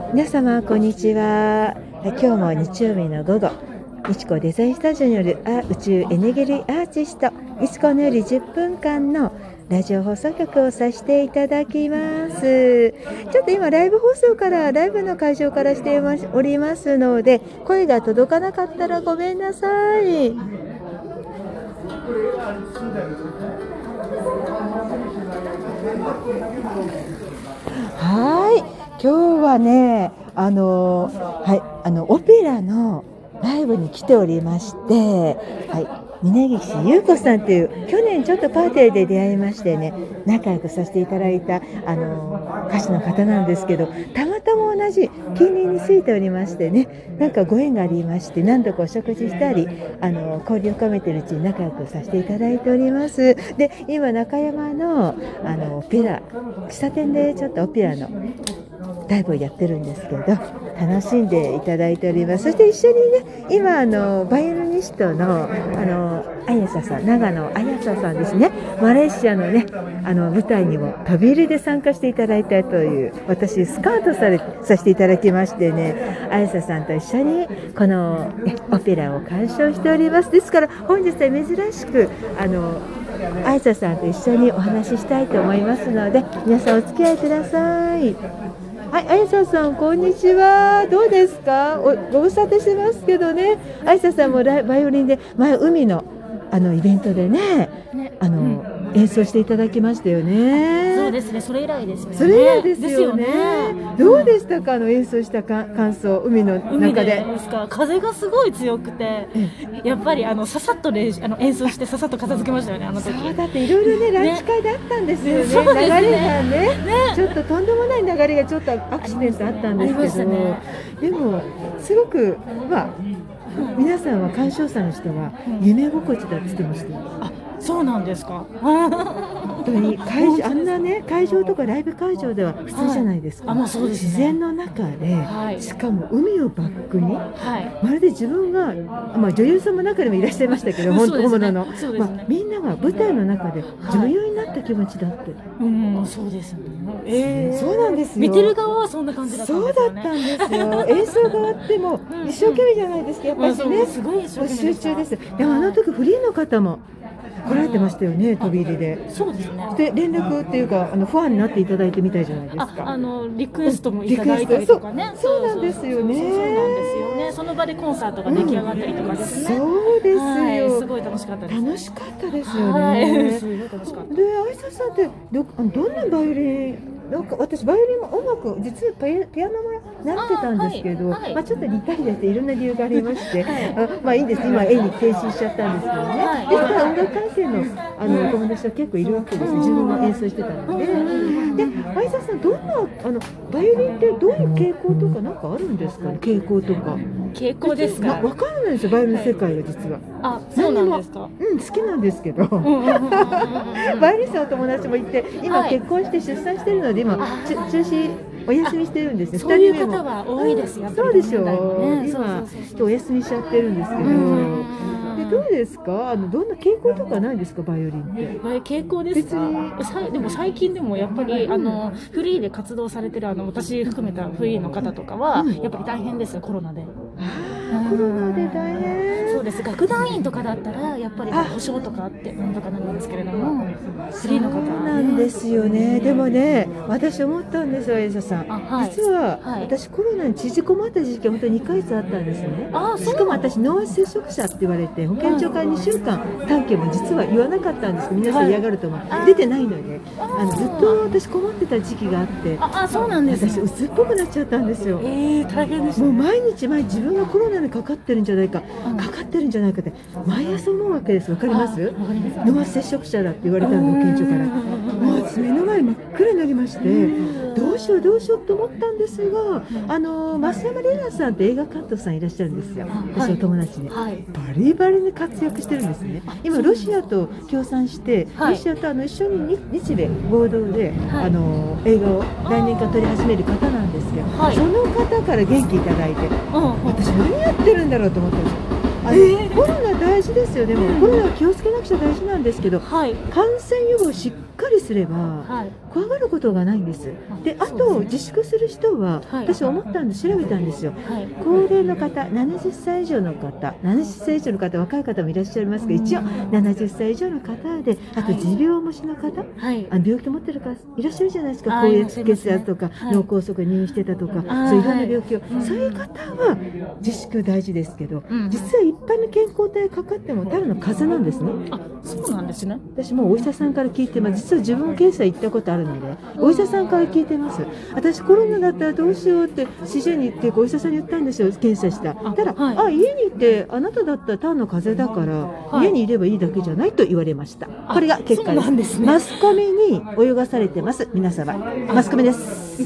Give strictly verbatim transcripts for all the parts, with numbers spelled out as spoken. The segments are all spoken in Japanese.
皆様こんにちは。今日も日曜日の午後、日光デザインスタジオによるあ宇宙エネルギーアーティスト日光のよりじゅっぷんかんのラジオ放送局をさせていただきます。ちょっと今ライブ放送からライブの会場からしておりますので、声が届かなかったらごめんなさい。はい、今日はね、あのはい、あのオペラのライブに来ておりまして、はい、峯岸優子さんという去年ちょっとパーティーで出会いましてね、仲良くさせていただいたあの歌手の方なんですけど、たまたま同じ近隣についておりましてね、なんかご縁がありまして、何度かお食事したりあの交流を深めているうちに仲良くさせていただいております。で、今中山のあのオペラ喫茶店でちょっとオペラのライブをやってるんですけど、楽しんでいただいております。そして一緒にね、今あのバイオリニストのあの綾瀬さん、長野綾瀬さんですね、マレーシアのねあの舞台にも飛び入りで参加していただいたという、私スカウトされさせていただきましてね、綾瀬さんと一緒にこの、ね、オペラを鑑賞しております。ですから本日は珍しくあの綾瀬さんと一緒にお話ししたいと思いますので、皆さんお付き合いください。はい、あやささんこんにちは。どうですか？おご無沙汰してますけどね。あやささんもライバイオリンで前海のあのイベントでね、ねあの、うん、演奏していただきましたよね。 そうですね。それ以来ですよね。 それ以来ですよね。どうでしたか、あの演奏したか感想、海の中で。 海ですか。風がすごい強くて、やっぱりあのささっと練習あの演奏してささっと片付けましたよね、あの時。 そうだっていろいろねランチ会であったんですよね。ね流れがね、ねちょっととんでもない流れがちょっとアクシデントあったんですけど、ね、でもすごくまあ。皆さんは鑑賞者の人は夢心地だって言ってましたよ。 あ、そうなんですか。 本当に会場あんなね会場とかライブ会場では普通じゃないですか。 はい、あまあそうですね、 自然の中で、はい、しかも海をバックに、はい、まるで自分がまあ女優さんも中でもいらっしゃいましたけど、本当物の、まあみんなが舞台の中で女優になった気持ちだって。 うん、そうですね。 えー、そうなんですよ。 見てる側はそんな感じだったんですよね。 そうだったんですよ。演奏側っても一生懸命じゃないですか。やっぱりね、 すごい一生懸命集中です。でもあの時フリーの方も来られてましたよね、飛び入りで。 そうですね。 で連絡っていうかあのファンになっていただいてみたいじゃないですか。 あ、あのリクエストもいただいたりとかね。 そうなんですよね。そうなんですよね。その場でコンサートが出来上がったりとかですね。 そうですよ。 すごい楽しかったです。 楽しかったですよね。 すごい楽しかった。 で、あいささんってどどんなバイオリンなんか私バイオリンも音楽実はピアノも習ってたんですけど、あ、はいはい、まあちょっとリタイアしていろんな理由がありまして、はい、あまあいいんです。今絵に停止しちゃったんですけどね。はい、ですから音楽関係のあの友達は結構いるわけです。自分も演奏してたので、で、あいささんどんなあのバイオリンってどういう傾向とかなんかあるんですかね。傾向とか。 傾向ですか。 わからないんですよバイオリンの世界は実は。 あ、そうなんですか。 うん、好きなんですけど。バイオリンのお友達もいて、今結婚して出産してるので今中止お休みしてるんですね。 そういう方は多いですよ。 そうでしょう。今お休みしちゃってるんですけど。でどうですか。あのどんな傾向とかないですかバイオリンって。 傾向ですか。でも最近でもやっぱりあのフリーで活動されてるあの私含めたフリーの方とかはやっぱり大変ですよコロナで。 コロナで大変。 そうです。楽団員とかだったらやっぱり保証とかあってなんとかなるんですけれども、フリーの方なんですよね。でもね、私思ったんですよ、エイサさん。実は私コロナに縮こまった時期が本当ににかげつあったんですね。しかも私濃厚接触者って言われて保健所からにしゅうかん短期も実は言わなかったんですけど、皆さん嫌がると思う。出てないので、あのずっと私困ってた時期があって、 あ、そうなんです。 私鬱っぽくなっちゃったんですよ。 ええ、大変でした。 もう毎日毎日自分がコロナにかかってるんじゃないか、かかってるんじゃないかって毎朝思うわけです。わかります？濃厚接触者だって言われたの保健所から。もう目の前真っ暗になりまして、どうしようどうしようと思ったんですが、あの増山玲奈さんって映画監督さんいらっしゃるんですよ。私の友達に、はい、バリバリに活躍してるんですね。今ロシアと協賛して、はい、ロシアとあの一緒に日米合同で、はい、あの映画を来年から撮り始める方なんですけど、はい、その方から元気いただいて、私何やってるんだろうと思ったんですよ。あのえー、コロナ大事ですよね。もうコロナは気をつけなくちゃ大事なんですけど、はい、感染予防しっかりすれば、 はい、 怖がることがないんです。で、あと自粛する人は、 はい、 私思ったんで調べたんですよ、はい、高齢の方、ななじゅっさい以上の方、ななじゅっさい以上の方、若い方もいらっしゃいますけど、一応ななじゅっさい以上の方で、あと持病をお持ちの方、はい、あの病気を持ってる方いらっしゃるじゃないですか、高血血圧とか、はい、脳梗塞入院してたとか、そういういろんな病気を、はい、そういう方は自粛大事ですけど、うん、実は一般の健康体かかってもただの風邪なんですね。 あ、そうなんですね。 私もお医者さんから聞いてます。実は自分検査行ったことあるので、お医者さんから聞いてます。私コロナだったらどうしようって主治医に言ってお医者さんに言ったんですよ、検査した。たら、はい、あ、家にいてあなただったら単の風邪だから、はい、家にいればいいだけじゃないと言われました。これが結果です。そうなんですね。マスコミに泳がされてます皆様。マスコミです。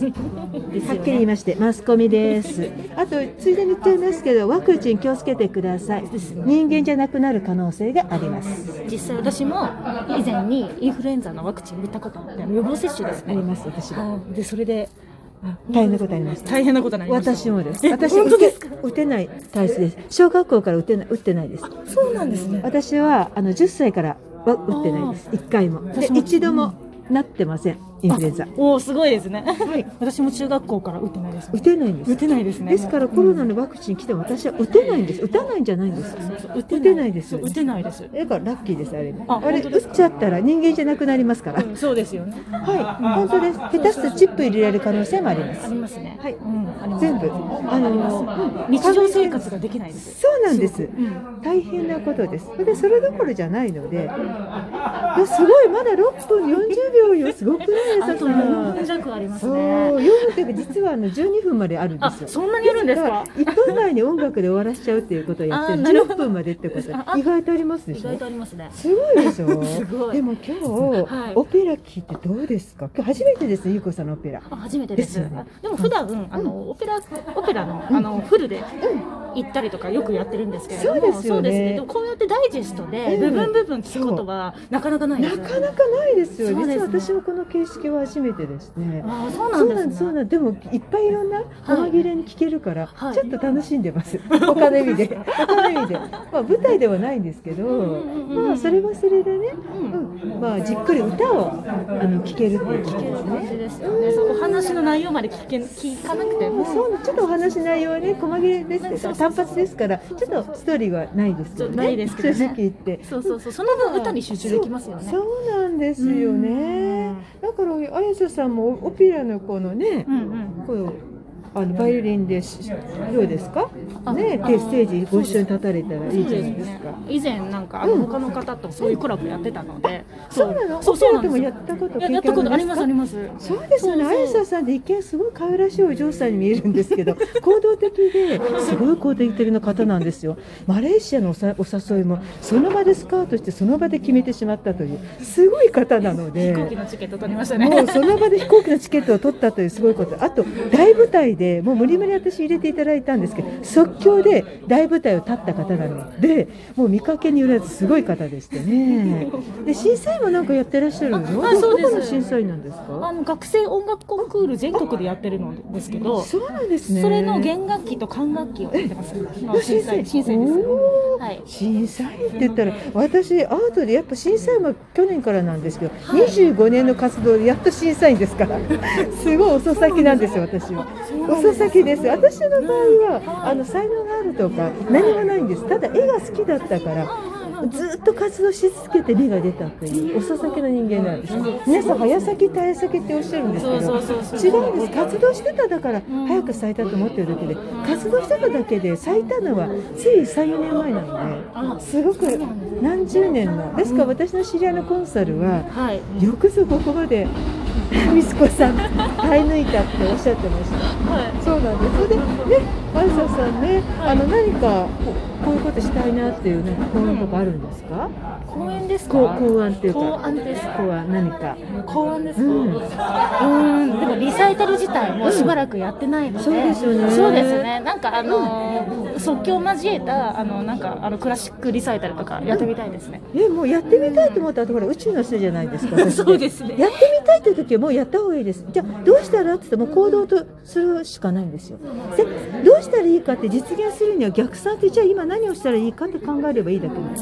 はっきり言いましてマスコミです。あとついでに言っちゃいますけど、ワクチン気をつけてください。人間じゃなくなる可能性があります。 実際私も以前にインフルエンザのワクチン打ったことあって、予防接種ですね。 あります。私は。 でそれで大変なことありました。 大変なことになりました。 私もです。私は打てない体質です。小学校から打てない打ってないです。 そうなんですね。 私はあのじゅっさいからは打ってないです。いっかいも。で一度もなってません。インフルエンザ。 おお、すごいですね。はい。私も中学校から打ってないです。 打てないんです。 打てないですね。 ですからコロナのワクチン来ても私は打てないんです。打たないんじゃないんです。打てないです。 打てないです。 だからラッキーですあれ。あれ打っちゃったら人間じゃなくなりますから。 そうですよね。 はい。本当です。下手するとチップ入れられる可能性もあります。 ありますね。 はい。全部あの日常生活ができないです。 そうなんです。大変なことです。でそれどころじゃないので、すごいまだろっぷんよんじゅうびょうよ。すごくないですか。 よんぷん弱ありますね。 そう、よんぷんというか実はあのじゅうにふんまであるんですよ。 そんなにあるんですか。 いっぷんまえに音楽で終わらしちゃうっていうことをやってる。じゅっぷんまでってこと意外とありますでしょ。 意外とありますね。 すごいでしょ。すごい。でも今日オペラ聞いてどうですか。今日初めてです。ゆうこさんのオペラ。 初めてです。でも普段あのオペラオペラのあのフルで行ったりとかよくやってるんですけれども、 そうですよね。 でもこうやってダイジェストで部分部分聞くことはなかなかないです。 なかなかないですよ。実は私もこの形式は初めてですね。 あ、そうなんですね。 そうなんでもいっぱいいろんな細切れに聞けるからちょっと楽しんでます。他の意味で他の意味で、まあ舞台ではないんですけど、まあそれはそれでね、まあじっくり歌をあの聞けるっていうことですね。 お話の内容まで聞け聞かなくても、 そうちょっとお話の内容はね細切れですけど単発ですからちょっとストーリーはないですよね。 ないですけどね。 正直言って。 そうそうそう。その分歌に集中できますよね。 そうなんですよね。だから綾瀬さんもオペラのこのね、こうあのバイオリンでどうですか？ね、でステージご一緒に立たれたらいいじゃないですか。 以前なんかあの他の方とそういうコラボやってたので、 そうなの？オペラでもやったこと経験あるんですか？やったことありますあります。 そうですよね。綾瀬さんで一見すごい可愛らしいお嬢さんに見えるんですけど、行動的ですごい行動的な方なんですよ。マレーシアのおさお誘いもその場でスカウトしてその場で決めてしまったというすごい方なので、 飛行機のチケット取りましたね。 もうその場で飛行機のチケットを取ったというすごいこと。あと大舞台でもう無理無理私入れていただいたんですけど、即興で大舞台を立った方なので、もう見かけによらずすごい方でしてね。で審査員もなんかやってらっしゃるの？ あ、そうです。 どこの審査員なんですか？ あの学生音楽コンクール全国でやってるのですけど、 そうなんですね。 それの弦楽器と管楽器をやってます。審査員審査員です。はい。 審査員って言ったら私アートでやっぱ審査員は去年からなんですけど、はい、にじゅうごねんの活動でやっと審査員ですからすごい遅咲きなんですよ私は。遅咲きです。私の場合はあの才能があるとか何もないんです。ただ絵が好きだったからずっと活動し続けて芽が出たという遅咲きの人間なんです。皆さん早咲き早咲きっておっしゃるんですけど、違うんです。活動してただから早く咲いたと思ってるだけで、活動してただけで咲いたのはついさん、よねんまえなので、すごく何十年のですから私の知り合いのコンサルはよくぞここまで美津子さん耐え抜いたっておっしゃってました。はい、そうなんです。それでね、綾瀬さんね、あの何かこういうことしたいなっていうなんか講演とかあるんですか？ 講演ですか？ 講演っていうか。 講演です。 講演何か。 講演ですか？うん。うんでもリサイタル自体もしばらくやってないので。 そうですよね。 そうですね。なんかあの即興交えたあのなんかあのクラシックリサイタルとかやってみたいですね。 え、もうやってみたいと思ったらほら宇宙の人じゃないですか。 そうですね。 やってみたいという時はもうやった方がいいです。じゃあどうしたらって言っても行動とするしかないんですよ。でどうしたらいいかって実現するには逆算ってじゃあ今何をしたらいいかって考えればいいだけなんです。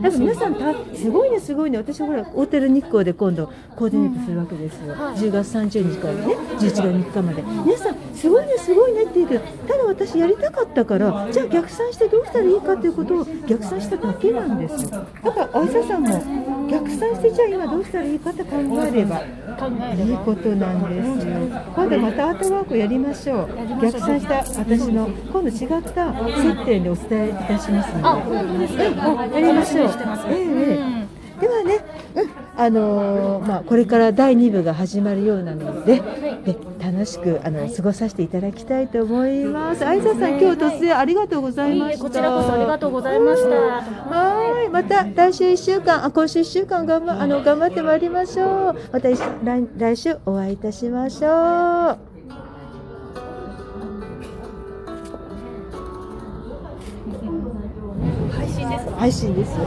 ます。 皆さんたすごいねすごいね。私ほらホテル日光で今度コーディネートするわけですよ。 はいじゅうがつさんじゅうにちからねじゅういちがつみっかまで。皆さんすごいねすごいねって言うけど、ただ私やりたかったからじゃあ逆算してどうしたらいいかということを逆算しただけなんですよ。だから愛沙さんも逆算してじゃあ今どうしたらいいかって考えれば考えればいいことなんですよ。今度またアートワークやりましょう。 やりましょう逆算した私の今度違った接点でお伝えいたしますので。 あ、本当ですね。 やりましょう。 楽しみにしてます。 ええええうんではね、うん、あのーまあこれからだいに部が始まるようなので、で楽しくあの過ごさせていただきたいと思います。愛沙さん、今日突然ありがとうございました。 いいえこちらこそありがとうございました。 はい、また来週いっしゅうかん、あ今週いっしゅうかん頑張あの頑張ってまいりましょう。また一緒来来週お会いいたしましょう。 配信ですか？ 配信です。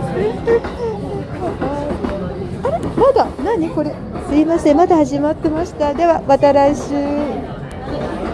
あれまだ何これすいませんまだ始まってました。ではまた来週。